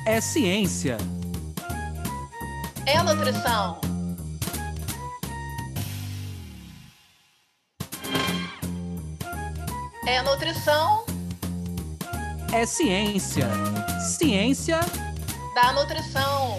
É ciência. É nutrição. É nutrição É ciência. Ciência da nutrição.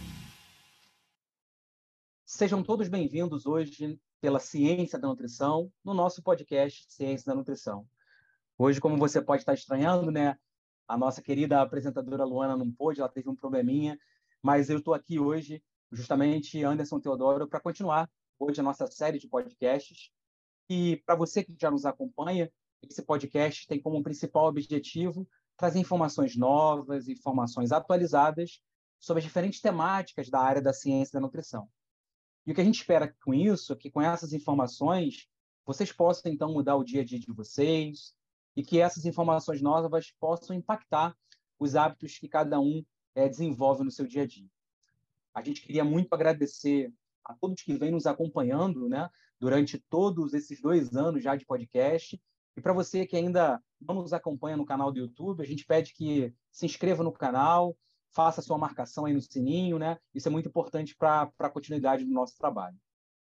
Sejam todos bem-vindos hoje pela Ciência da Nutrição, no nosso podcast Ciência da Nutrição. Hoje, como você pode estar estranhando, né? A nossa querida apresentadora Luana não pôde, ela teve um probleminha, mas eu estou aqui hoje, justamente Anderson Teodoro, para continuar hoje a nossa série de podcasts. E para você que já nos acompanha, esse podcast tem como principal objetivo trazer informações novas, informações atualizadas sobre as diferentes temáticas da área da ciência da nutrição. E o que a gente espera com isso é que, com essas informações, vocês possam, então, mudar o dia a dia de vocês e que essas informações novas possam impactar os hábitos que cada um desenvolve no seu dia a dia. A gente queria muito agradecer a todos que vêm nos acompanhando, né, durante todos esses 2 anos já de podcast. E para você que ainda não nos acompanha no canal do YouTube, a gente pede que se inscreva no canal, faça sua marcação aí no sininho, né? Isso é muito importante para a continuidade do nosso trabalho.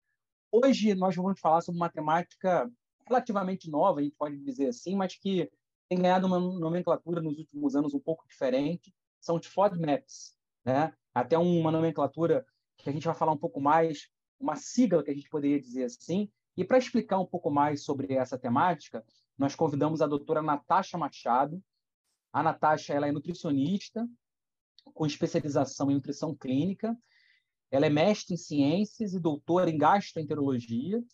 Hoje nós vamos falar sobre uma temática relativamente nova, a gente pode dizer assim, mas que tem ganhado uma nomenclatura nos últimos anos um pouco diferente, são os FODMAPs, né? Até uma nomenclatura que a gente vai falar um pouco mais, uma sigla que a gente poderia dizer assim. E para explicar um pouco mais sobre essa temática, nós convidamos a doutora Natasha Machado. A Natasha, ela é nutricionista, com especialização em nutrição clínica. Ela é mestre em ciências e doutora em gastroenterologia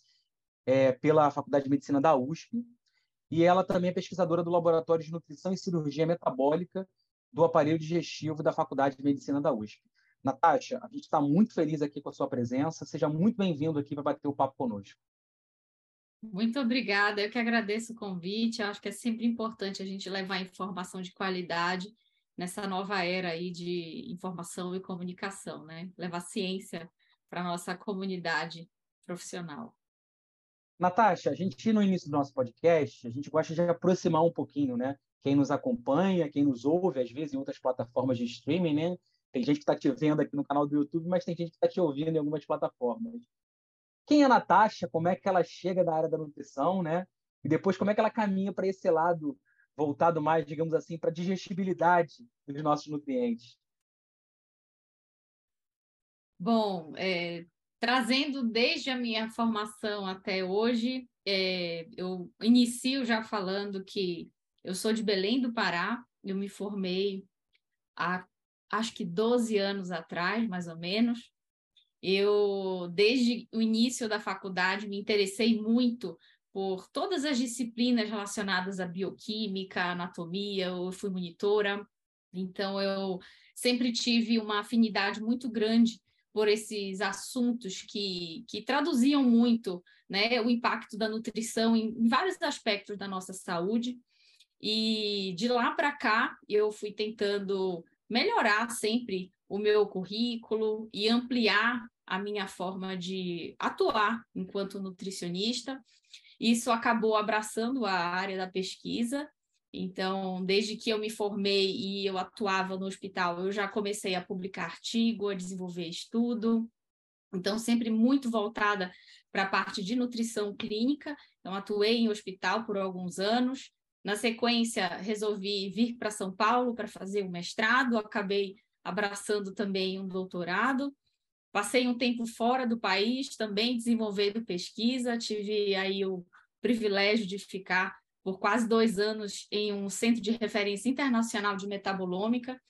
pela Faculdade de Medicina da USP. E ela também é pesquisadora do Laboratório de Nutrição e Cirurgia Metabólica do Aparelho Digestivo da Faculdade de Medicina da USP. Natasha, a gente está muito feliz aqui com a sua presença. Seja muito bem-vindo aqui para bater o papo conosco. Muito obrigada, eu que agradeço o convite. Eu acho que é sempre importante a gente levar informação de qualidade nessa nova era aí de informação e comunicação, né? Levar ciência para a nossa comunidade profissional. Natasha, a gente, no início do nosso podcast, a gente gosta de aproximar um pouquinho, né? Quem nos acompanha, quem nos ouve, às vezes, em outras plataformas de streaming, né? Tem gente que está te vendo aqui no canal do YouTube, mas tem gente que está te ouvindo em algumas plataformas. Quem é a Natasha? Como é que ela chega da área da nutrição, né? E depois, como é que ela caminha para esse lado voltado mais, digamos assim, para a digestibilidade dos nossos nutrientes? Bom, trazendo desde a minha formação até hoje, eu inicio já falando que eu sou de Belém do Pará, eu me formei há acho que 12 anos atrás, mais ou menos. Eu, desde o início da faculdade, me interessei muito por todas as disciplinas relacionadas à bioquímica, anatomia, eu fui monitora, então eu sempre tive uma afinidade muito grande por esses assuntos que traduziam muito, né, o impacto da nutrição em vários aspectos da nossa saúde. E de lá para cá, eu fui tentando melhorar sempre o meu currículo e ampliar a minha forma de atuar enquanto nutricionista. Isso acabou abraçando a área da pesquisa. Então, desde que eu me formei e eu atuava no hospital, eu já comecei a publicar artigo, a desenvolver estudo. Então, sempre muito voltada para a parte de nutrição clínica. Então, atuei em hospital por alguns anos. Na sequência, resolvi vir para São Paulo para fazer um mestrado, acabei abraçando também um doutorado. Passei um tempo fora do país, também desenvolvendo pesquisa, tive aí o privilégio de ficar por quase 2 anos em um centro de referência internacional de metabolômica,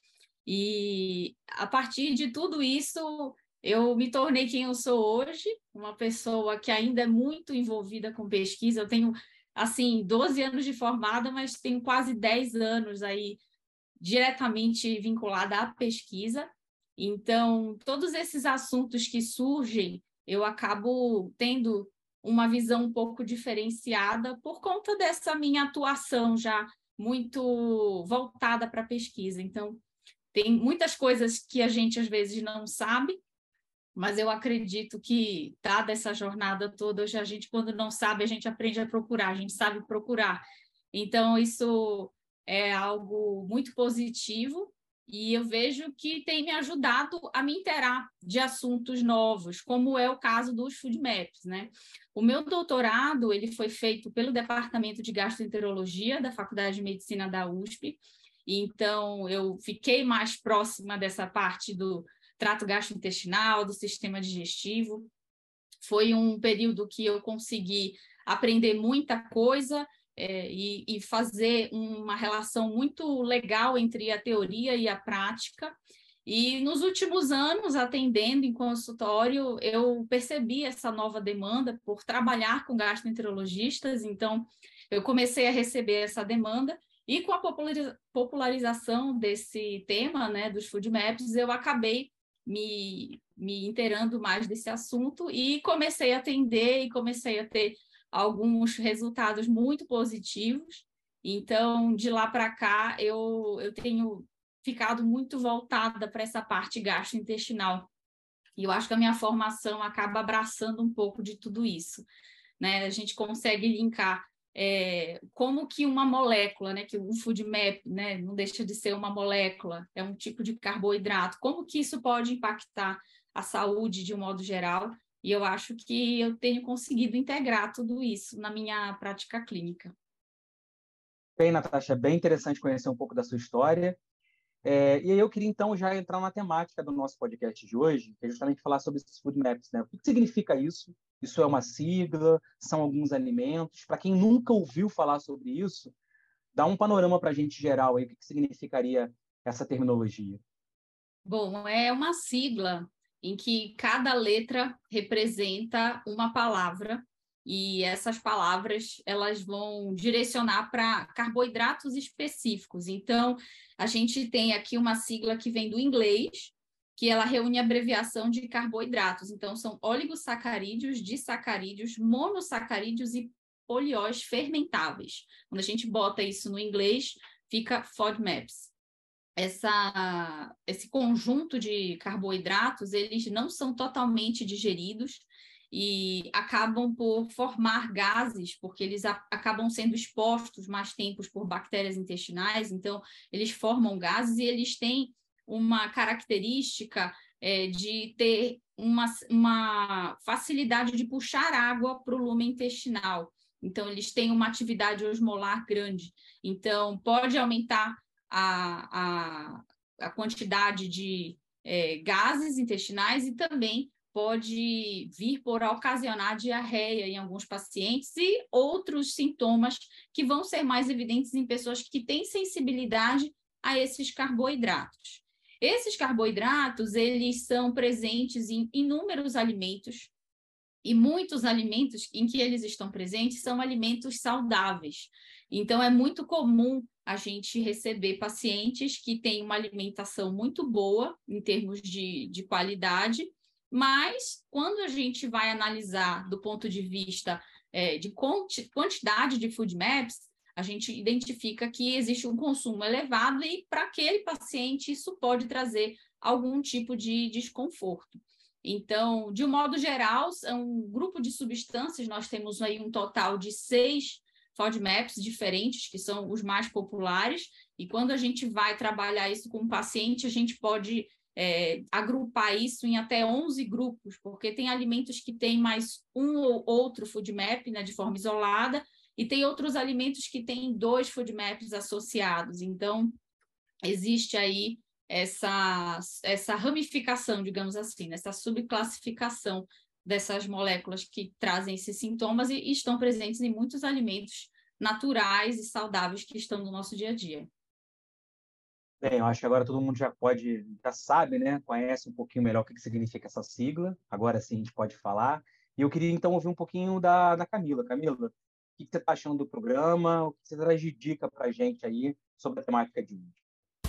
e a partir de tudo isso, eu me tornei quem eu sou hoje, uma pessoa que ainda é muito envolvida com pesquisa. Eu tenho, assim, 12 anos de formada, mas tenho quase 10 anos aí diretamente vinculada à pesquisa. Então, todos esses assuntos que surgem, eu acabo tendo uma visão um pouco diferenciada por conta dessa minha atuação já muito voltada para a pesquisa. Então, tem muitas coisas que a gente às vezes não sabe, mas eu acredito que, dada essa jornada toda, hoje a gente, quando não sabe, a gente aprende a procurar, a gente sabe procurar. Então, isso é algo muito positivo E eu vejo que tem me ajudado a me inteirar de assuntos novos, como é o caso dos food maps, né? O meu doutorado, ele foi feito pelo Departamento de Gastroenterologia da Faculdade de Medicina da USP. Então, eu fiquei mais próxima dessa parte do trato gastrointestinal, do sistema digestivo. Foi um período que eu consegui aprender muita coisa, e fazer uma relação muito legal entre a teoria e a prática. E nos últimos anos, atendendo em consultório, eu percebi essa nova demanda por trabalhar com gastroenterologistas, então eu comecei a receber essa demanda, e com a popularização desse tema, né, dos food maps, eu acabei me inteirando mais desse assunto e comecei a atender e comecei a ter alguns resultados muito positivos. Então, de lá para cá, eu tenho ficado muito voltada para essa parte gastrointestinal. E eu acho que a minha formação acaba abraçando um pouco de tudo isso, né? A gente consegue linkar como que uma molécula, né, que o food map, né, não deixa de ser uma molécula, é um tipo de carboidrato, como que isso pode impactar a saúde de um modo geral. E eu acho que eu tenho conseguido integrar tudo isso na minha prática clínica. Bem, Natasha, bem interessante conhecer um pouco da sua história. E aí eu queria, então, já entrar na temática do nosso podcast de hoje, que é justamente falar sobre esses food maps, né? O que significa isso? Isso é uma sigla? São alguns alimentos? Para quem nunca ouviu falar sobre isso, dá um panorama para a gente geral aí, o que significaria essa terminologia. Bom, é uma sigla em que cada letra representa uma palavra, e essas palavras elas vão direcionar para carboidratos específicos. Então, a gente tem aqui uma sigla que vem do inglês, que ela reúne a abreviação de carboidratos. Então, são oligosacarídeos, disacarídeos, monossacarídeos e polióis fermentáveis. Quando a gente bota isso no inglês, fica FODMAPs. Esse conjunto de carboidratos, eles não são totalmente digeridos e acabam por formar gases, porque eles acabam sendo expostos mais tempos por bactérias intestinais, então eles formam gases e eles têm uma característica de ter uma facilidade de puxar água para o lume intestinal. Então, eles têm uma atividade osmolar grande. Então, pode aumentar a quantidade de gases intestinais e também pode vir por ocasionar diarreia em alguns pacientes e outros sintomas que vão ser mais evidentes em pessoas que têm sensibilidade a esses carboidratos. Esses carboidratos, eles são presentes em inúmeros alimentos, e muitos alimentos em que eles estão presentes são alimentos saudáveis. Então, é muito comum a gente receber pacientes que têm uma alimentação muito boa em termos de qualidade, mas quando a gente vai analisar do ponto de vista de quantidade de food maps, a gente identifica que existe um consumo elevado e para aquele paciente isso pode trazer algum tipo de desconforto. Então, de um modo geral, é um grupo de substâncias, nós temos aí um total de 6 FODMAPs diferentes, que são os mais populares, e quando a gente vai trabalhar isso com o paciente, a gente pode agrupar isso em até 11 grupos, porque tem alimentos que têm mais um ou outro FODMAP, né, de forma isolada, e tem outros alimentos que têm 2 FODMAPs associados. Então, existe aí essa ramificação, digamos assim, essa subclassificação dessas moléculas que trazem esses sintomas e estão presentes em muitos alimentos naturais e saudáveis que estão no nosso dia a dia. Bem, eu acho que agora todo mundo já sabe, né? Conhece um pouquinho melhor o que significa essa sigla. Agora sim a gente pode falar. E eu queria então ouvir um pouquinho da Camila. Camila, o que você está achando do programa? O que você traz de dica para a gente aí sobre a temática de hoje?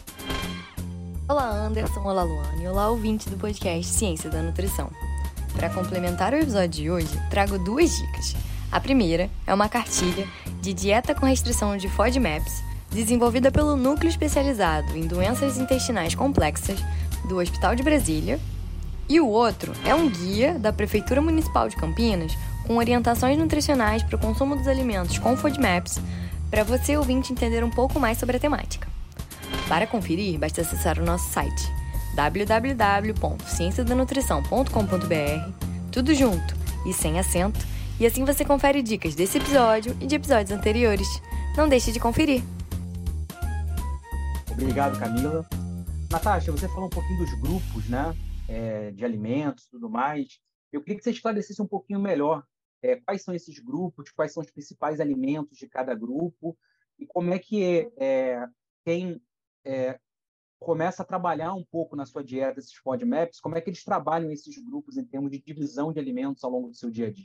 Olá, Anderson, olá, Luana, e olá, ouvinte do podcast Ciência da Nutrição. Para complementar o episódio de hoje, trago 2 dicas. A primeira é uma cartilha de dieta com restrição de FODMAPs, desenvolvida pelo Núcleo Especializado em Doenças Intestinais Complexas do Hospital de Brasília. E o outro é um guia da Prefeitura Municipal de Campinas com orientações nutricionais para o consumo dos alimentos com FODMAPs, para você, ouvinte, entender um pouco mais sobre a temática. Para conferir, basta acessar o nosso site www.cienciadanutrição.com.br, tudo junto e sem acento, e assim você confere dicas desse episódio e de episódios anteriores. Não deixe de conferir! Obrigado, Camila. Natasha, você falou um pouquinho dos grupos, né, de alimentos e tudo mais. Eu queria que você esclarecesse um pouquinho melhor quais são esses grupos, quais são os principais alimentos de cada grupo e como é que quem começa a trabalhar um pouco na sua dieta esses FODMAPs, como é que eles trabalham esses grupos em termos de divisão de alimentos ao longo do seu dia a dia?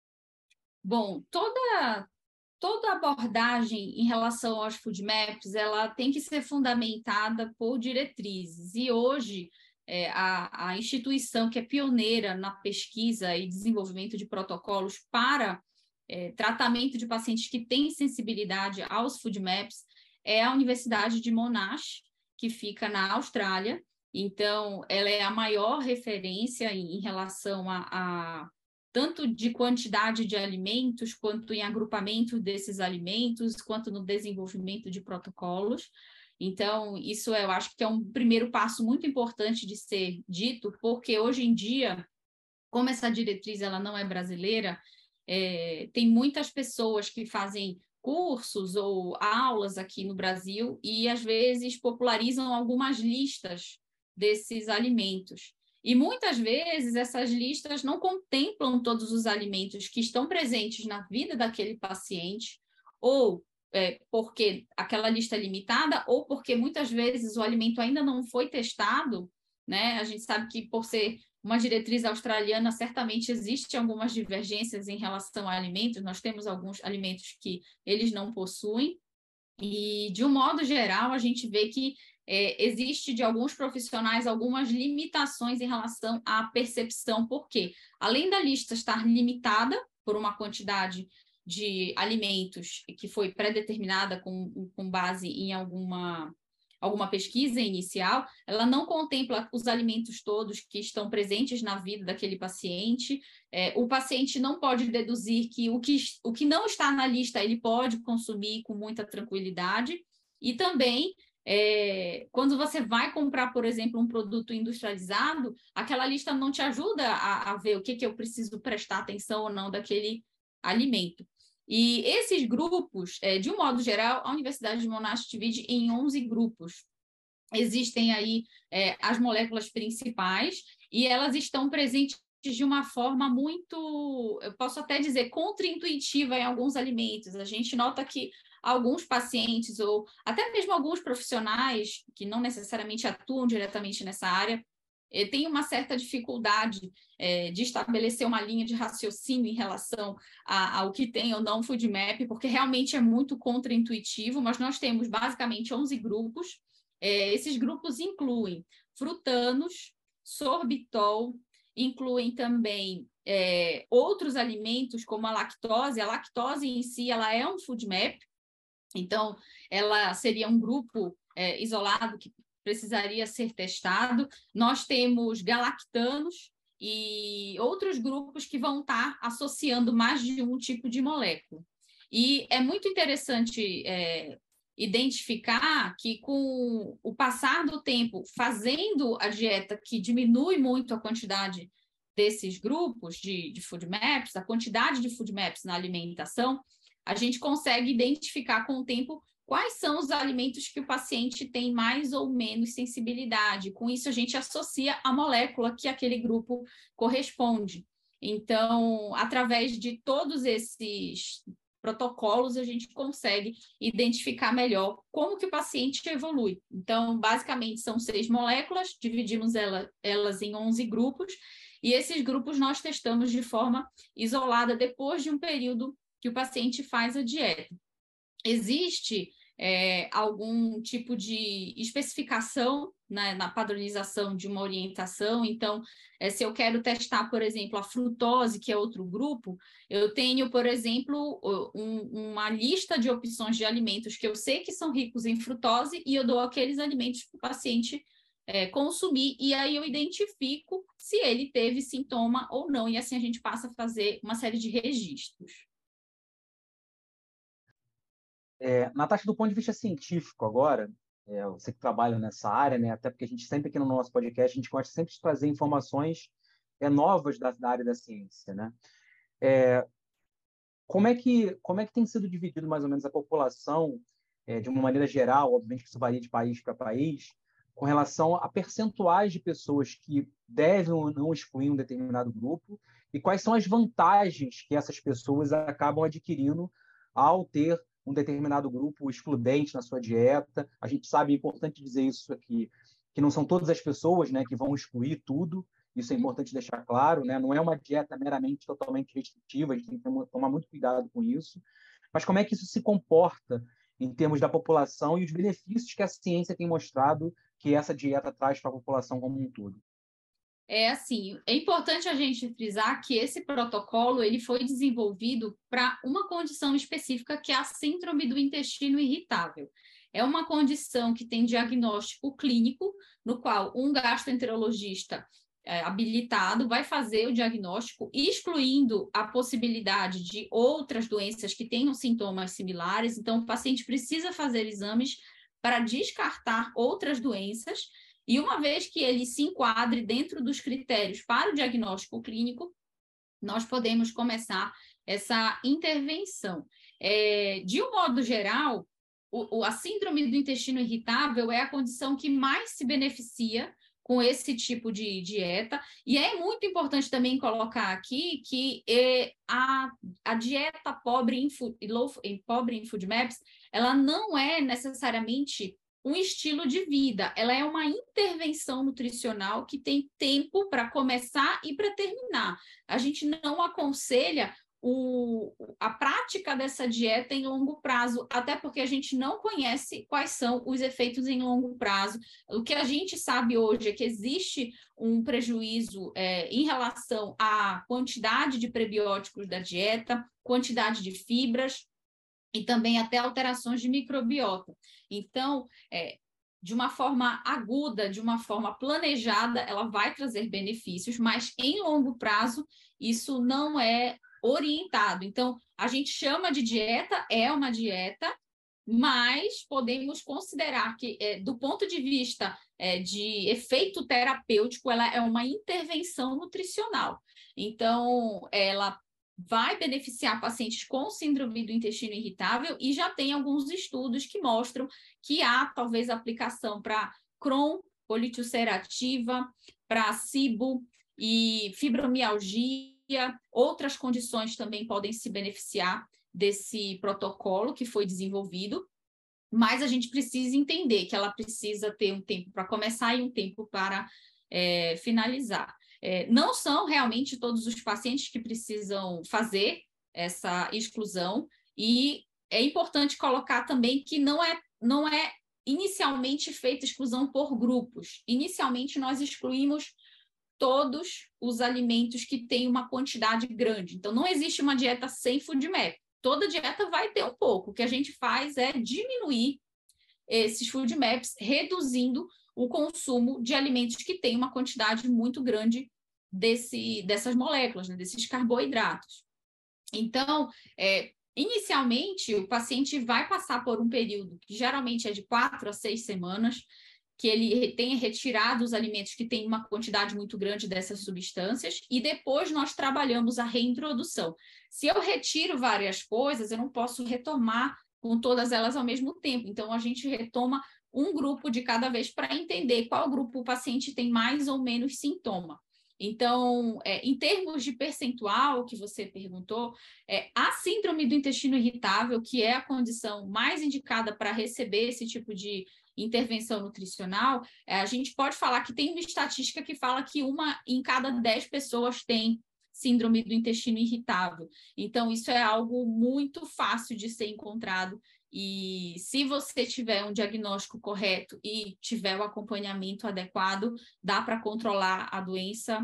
Bom, toda abordagem em relação aos FODMAPs, ela tem que ser fundamentada por diretrizes. E hoje, a instituição que é pioneira na pesquisa e desenvolvimento de protocolos para tratamento de pacientes que têm sensibilidade aos FODMAPs é a Universidade de Monash, que fica na Austrália. Então, ela é a maior referência em relação a tanto de quantidade de alimentos, quanto em agrupamento desses alimentos, quanto no desenvolvimento de protocolos. Então, isso eu acho que é um primeiro passo muito importante de ser dito, porque hoje em dia, como essa diretriz ela não é brasileira, tem muitas pessoas que fazem cursos ou aulas aqui no Brasil e, às vezes, popularizam algumas listas desses alimentos. E, muitas vezes, essas listas não contemplam todos os alimentos que estão presentes na vida daquele paciente, ou porque aquela lista é limitada, ou porque, muitas vezes, o alimento ainda não foi testado, né? A gente sabe que, por ser uma diretriz australiana, certamente existem algumas divergências em relação a alimentos. Nós temos alguns alimentos que eles não possuem. E, de um modo geral, a gente vê que existe de alguns profissionais algumas limitações em relação à percepção, porque, além da lista estar limitada por uma quantidade de alimentos que foi pré-determinada com base em alguma pesquisa inicial, ela não contempla os alimentos todos que estão presentes na vida daquele paciente. O paciente não pode deduzir que o que não está na lista ele pode consumir com muita tranquilidade. E também, quando você vai comprar, por exemplo, um produto industrializado, aquela lista não te ajuda a ver o que eu preciso prestar atenção ou não daquele alimento. E esses grupos, de um modo geral, a Universidade de Monash divide em 11 grupos. Existem aí as moléculas principais e elas estão presentes de uma forma muito, eu posso até dizer, contraintuitiva em alguns alimentos. A gente nota que alguns pacientes ou até mesmo alguns profissionais que não necessariamente atuam diretamente nessa área tem uma certa dificuldade de estabelecer uma linha de raciocínio em relação ao que tem ou não FODMAP, porque realmente é muito contraintuitivo, mas nós temos basicamente 11 grupos. Esses grupos incluem frutanos, sorbitol, incluem também outros alimentos como a lactose. A lactose em si ela é um FODMAP, então ela seria um grupo isolado que precisaria ser testado. Nós temos galactanos e outros grupos que vão estar associando mais de um tipo de molécula. E é muito interessante identificar que, com o passar do tempo, fazendo a dieta que diminui muito a quantidade desses grupos de FODMAPs, a quantidade de FODMAPs na alimentação, a gente consegue identificar com o tempo quais são os alimentos que o paciente tem mais ou menos sensibilidade. Com isso, a gente associa a molécula que aquele grupo corresponde. Então, através de todos esses protocolos, a gente consegue identificar melhor como que o paciente evolui. Então, basicamente, são 6 moléculas, dividimos elas em 11 grupos, e esses grupos nós testamos de forma isolada depois de um período que o paciente faz a dieta. Existe algum tipo de especificação, né, na padronização de uma orientação. Então, se eu quero testar, por exemplo, a frutose, que é outro grupo, eu tenho, por exemplo, uma lista de opções de alimentos que eu sei que são ricos em frutose e eu dou aqueles alimentos para o paciente consumir, e aí eu identifico se ele teve sintoma ou não, e assim a gente passa a fazer uma série de registros. Natasha, do ponto de vista científico agora, você que trabalha nessa área, né? Até porque a gente sempre aqui no nosso podcast, a gente gosta sempre de trazer informações novas da área da ciência, né? Como é que tem sido dividido mais ou menos a população, de uma maneira geral, obviamente que isso varia de país para país, com relação a percentuais de pessoas que devem ou não excluir um determinado grupo e quais são as vantagens que essas pessoas acabam adquirindo ao ter um determinado grupo excludente na sua dieta. A gente sabe, é importante dizer isso aqui, que não são todas as pessoas, né, que vão excluir tudo. Isso é importante deixar claro, né? Não é uma dieta meramente totalmente restritiva, a gente tem que tomar muito cuidado com isso. Mas como é que isso se comporta em termos da população e os benefícios que a ciência tem mostrado que essa dieta traz para a população como um todo? É assim, é importante a gente frisar que esse protocolo ele foi desenvolvido para uma condição específica, que é a síndrome do intestino irritável. É uma condição que tem diagnóstico clínico, no qual um gastroenterologista habilitado vai fazer o diagnóstico, excluindo a possibilidade de outras doenças que tenham sintomas similares. Então, o paciente precisa fazer exames para descartar outras doenças, e uma vez que ele se enquadre dentro dos critérios para o diagnóstico clínico, nós podemos começar essa intervenção. De um modo geral, a síndrome do intestino irritável é a condição que mais se beneficia com esse tipo de dieta, e é muito importante também colocar aqui que a dieta pobre em FODMAPs, ela não é necessariamente um estilo de vida, ela é uma intervenção nutricional que tem tempo para começar e para terminar. A gente não aconselha a prática dessa dieta em longo prazo, até porque a gente não conhece quais são os efeitos em longo prazo. O que a gente sabe hoje é que existe um prejuízo em relação à quantidade de prebióticos da dieta, quantidade de fibras e também até alterações de microbiota. Então, de uma forma aguda, de uma forma planejada, ela vai trazer benefícios, mas em longo prazo isso não é orientado. Então, a gente chama de dieta, é uma dieta, mas podemos considerar que, do ponto de vista de efeito terapêutico, ela é uma intervenção nutricional. Então, ela vai beneficiar pacientes com síndrome do intestino irritável, e já tem alguns estudos que mostram que há, talvez, aplicação para Crohn, colite ulcerativa, para SIBO e fibromialgia. Outras condições também podem se beneficiar desse protocolo que foi desenvolvido, mas a gente precisa entender que ela precisa ter um tempo para começar e um tempo para finalizar. Não são realmente todos os pacientes que precisam fazer essa exclusão, e é importante colocar também que não é inicialmente feita exclusão por grupos. Inicialmente, nós excluímos todos os alimentos que têm uma quantidade grande. Então, não existe uma dieta sem FODMAP. Toda dieta vai ter um pouco. O que a gente faz é diminuir esses FODMAPs, reduzindo o consumo de alimentos que têm uma quantidade muito grande dessas moléculas, né, desses carboidratos. Então, inicialmente, o paciente vai passar por um período que geralmente é de 4 a 6 semanas, que ele tenha retirado os alimentos que têm uma quantidade muito grande dessas substâncias, e depois nós trabalhamos a reintrodução. Se eu retiro várias coisas, eu não posso retomar com todas elas ao mesmo tempo. Então, a gente retoma um grupo de cada vez para entender qual grupo o paciente tem mais ou menos sintoma. Então, em termos de percentual, que você perguntou, a síndrome do intestino irritável, que é a condição mais indicada para receber esse tipo de intervenção nutricional, a gente pode falar que tem uma estatística que fala que 1 em cada 10 pessoas tem síndrome do intestino irritável. Então, isso é algo muito fácil de ser encontrado, e se você tiver um diagnóstico correto e tiver o acompanhamento adequado, dá para controlar a doença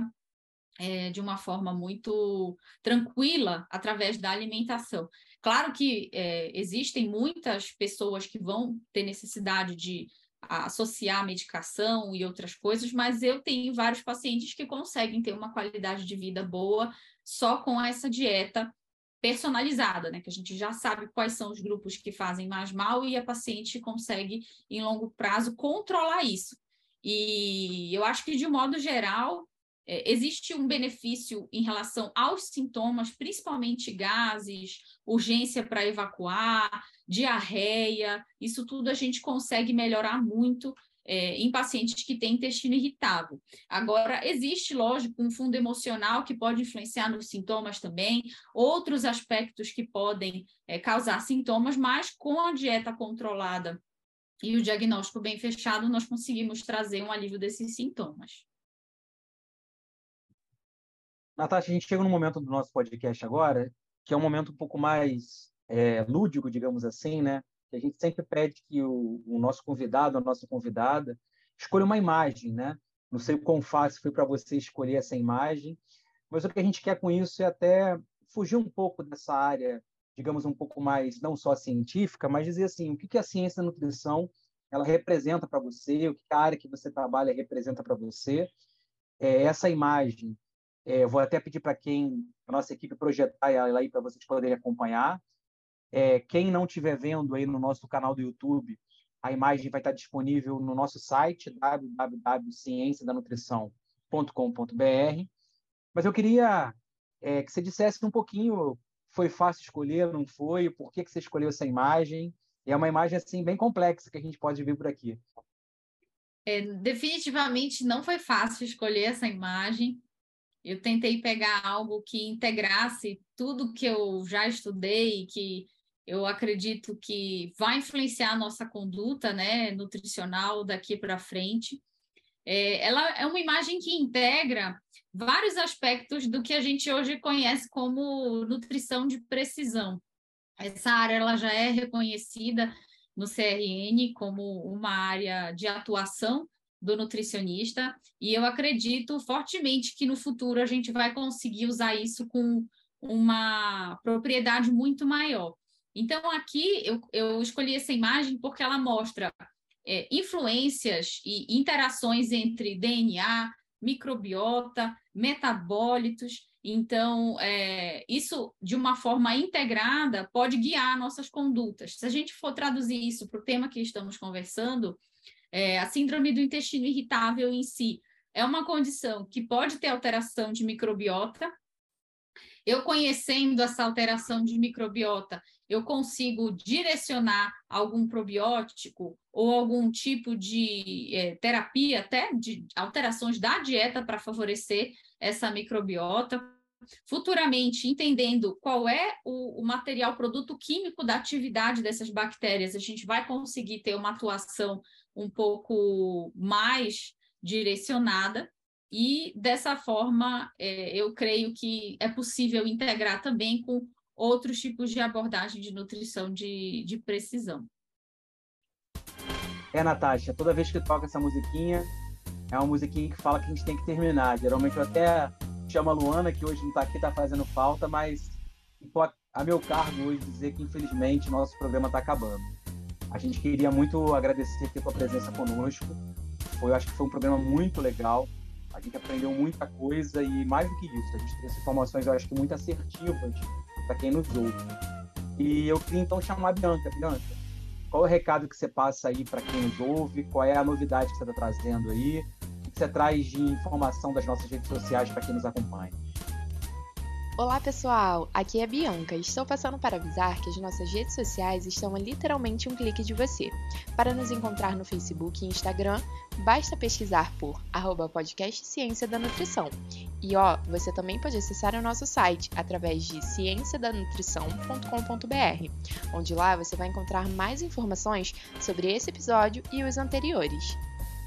de uma forma muito tranquila através da alimentação. Claro que existem muitas pessoas que vão ter necessidade de associar medicação e outras coisas, mas eu tenho vários pacientes que conseguem ter uma qualidade de vida boa só com essa dieta personalizada, né? Que a gente já sabe quais são os grupos que fazem mais mal e a paciente consegue, em longo prazo, controlar isso. E eu acho que, de modo geral, existe um benefício em relação aos sintomas, principalmente gases, urgência para evacuar, diarreia, isso tudo a gente consegue melhorar muito em pacientes que têm intestino irritável. Agora, existe, lógico, um fundo emocional que pode influenciar nos sintomas também, outros aspectos que podem causar sintomas, mas com a dieta controlada e o diagnóstico bem fechado, nós conseguimos trazer um alívio desses sintomas. Natasha, a gente chega num momento do nosso podcast agora, que é um momento um pouco mais lúdico, digamos assim, né? A gente sempre pede que o nosso convidado, a nossa convidada, escolha uma imagem, né? Não sei o quão fácil foi para você escolher essa imagem, mas o que a gente quer com isso é até fugir um pouco dessa área, digamos, um pouco mais, não só científica, mas dizer assim, o que a ciência da nutrição ela representa para você, o que a área que você trabalha representa para você. Essa imagem, vou até pedir para a nossa equipe projetar ela aí para vocês poderem acompanhar. Quem não estiver vendo aí no nosso canal do YouTube, a imagem vai estar disponível no nosso site, www.cienciadanutrição.com.br. Mas eu queria que você dissesse um pouquinho, foi fácil escolher, não foi? Por que você escolheu essa imagem? É uma imagem assim bem complexa que a gente pode ver por aqui. Definitivamente não foi fácil escolher essa imagem. Eu tentei pegar algo que integrasse tudo que eu já estudei, que eu acredito que vai influenciar a nossa conduta, né, nutricional daqui para frente. Ela é uma imagem que integra vários aspectos do que a gente hoje conhece como nutrição de precisão. Essa área ela já é reconhecida no CRN como uma área de atuação do nutricionista, e eu acredito fortemente que no futuro a gente vai conseguir usar isso com uma propriedade muito maior. Então, aqui eu escolhi essa imagem porque ela mostra influências e interações entre DNA, microbiota, metabólitos. Então, isso, de uma forma integrada, pode guiar nossas condutas. Se a gente for traduzir isso para o tema que estamos conversando, a síndrome do intestino irritável em si é uma condição que pode ter alteração de microbiota. Eu conhecendo essa alteração de microbiota, eu consigo direcionar algum probiótico ou algum tipo de terapia, até de alterações da dieta para favorecer essa microbiota. Futuramente, entendendo qual é o material, produto químico da atividade dessas bactérias, a gente vai conseguir ter uma atuação um pouco mais direcionada. E, dessa forma, eu creio que é possível integrar também com outros tipos de abordagem de nutrição de precisão. Natasha, toda vez que toca essa musiquinha, é uma musiquinha que fala que a gente tem que terminar. Geralmente eu até chamo a Luana, que hoje não está aqui, está fazendo falta, mas a meu cargo hoje dizer que, infelizmente, nosso programa está acabando. A gente queria muito agradecer a tua presença conosco. Eu acho que foi um programa muito legal. A gente aprendeu muita coisa e, mais do que isso, a gente trouxe informações, eu acho que muito assertivas para quem nos ouve. E eu queria, então, chamar a Bianca. Bianca, qual é o recado que você passa aí para quem nos ouve? Qual é a novidade que você está trazendo aí? O que você traz de informação das nossas redes sociais para quem nos acompanha? Olá pessoal, aqui é a Bianca e estou passando para avisar que as nossas redes sociais estão a literalmente um clique de você. Para nos encontrar no Facebook e Instagram, basta pesquisar por @podcast Ciência da Nutrição. E você também pode acessar o nosso site através de cienciadanutrição.com.br, onde lá você vai encontrar mais informações sobre esse episódio e os anteriores.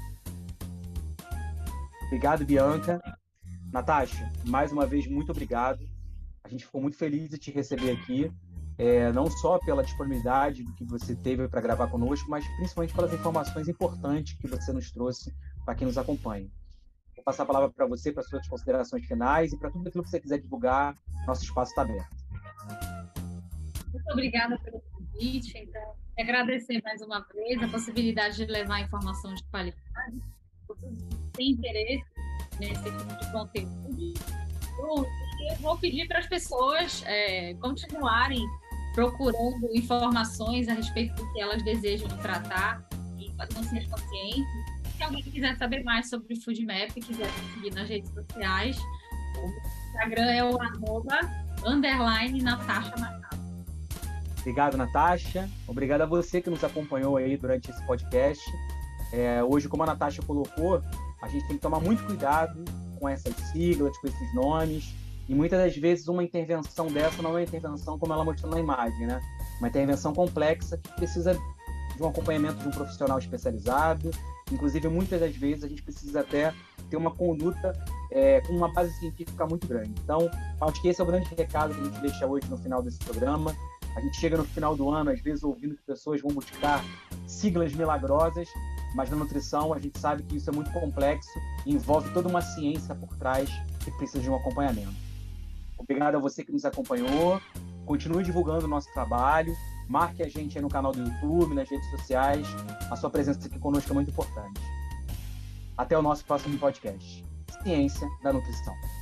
Obrigado, Bianca. Natasha, mais uma vez, muito obrigado. A gente ficou muito feliz de te receber aqui, não só pela disponibilidade do que você teve para gravar conosco, mas principalmente pelas informações importantes que você nos trouxe para quem nos acompanha. Vou passar a palavra para você, para as suas considerações finais e para tudo aquilo que você quiser divulgar, nosso espaço está aberto. Muito obrigada pelo convite. Então, agradecer mais uma vez a possibilidade de levar informação de qualidade. Tem interesse nesse tipo de conteúdo. eu vou pedir para as pessoas continuarem procurando informações a respeito do que elas desejam tratar e não ser conscientes. Se alguém quiser saber mais sobre o FoodMap, quiser me seguir nas redes sociais, o Instagram é o @_Natasha Machado. Obrigado, Natasha. Obrigado a você que nos acompanhou aí durante esse podcast. Hoje, como a Natasha colocou, a gente tem que tomar muito cuidado com essas siglas, com esses nomes, e muitas das vezes uma intervenção dessa não é uma intervenção como ela mostrou na imagem, né? Uma intervenção complexa que precisa de um acompanhamento de um profissional especializado. Inclusive, muitas das vezes a gente precisa até ter uma conduta com uma base científica muito grande. Então, acho que esse é o grande recado que a gente deixa hoje no final desse programa. A gente chega no final do ano, às vezes, ouvindo que pessoas vão buscar siglas milagrosas, mas na nutrição a gente sabe que isso é muito complexo e envolve toda uma ciência por trás que precisa de um acompanhamento. Obrigado a você que nos acompanhou. Continue divulgando o nosso trabalho. Marque a gente aí no canal do YouTube, nas redes sociais. A sua presença aqui conosco é muito importante. Até o nosso próximo podcast. Ciência da Nutrição.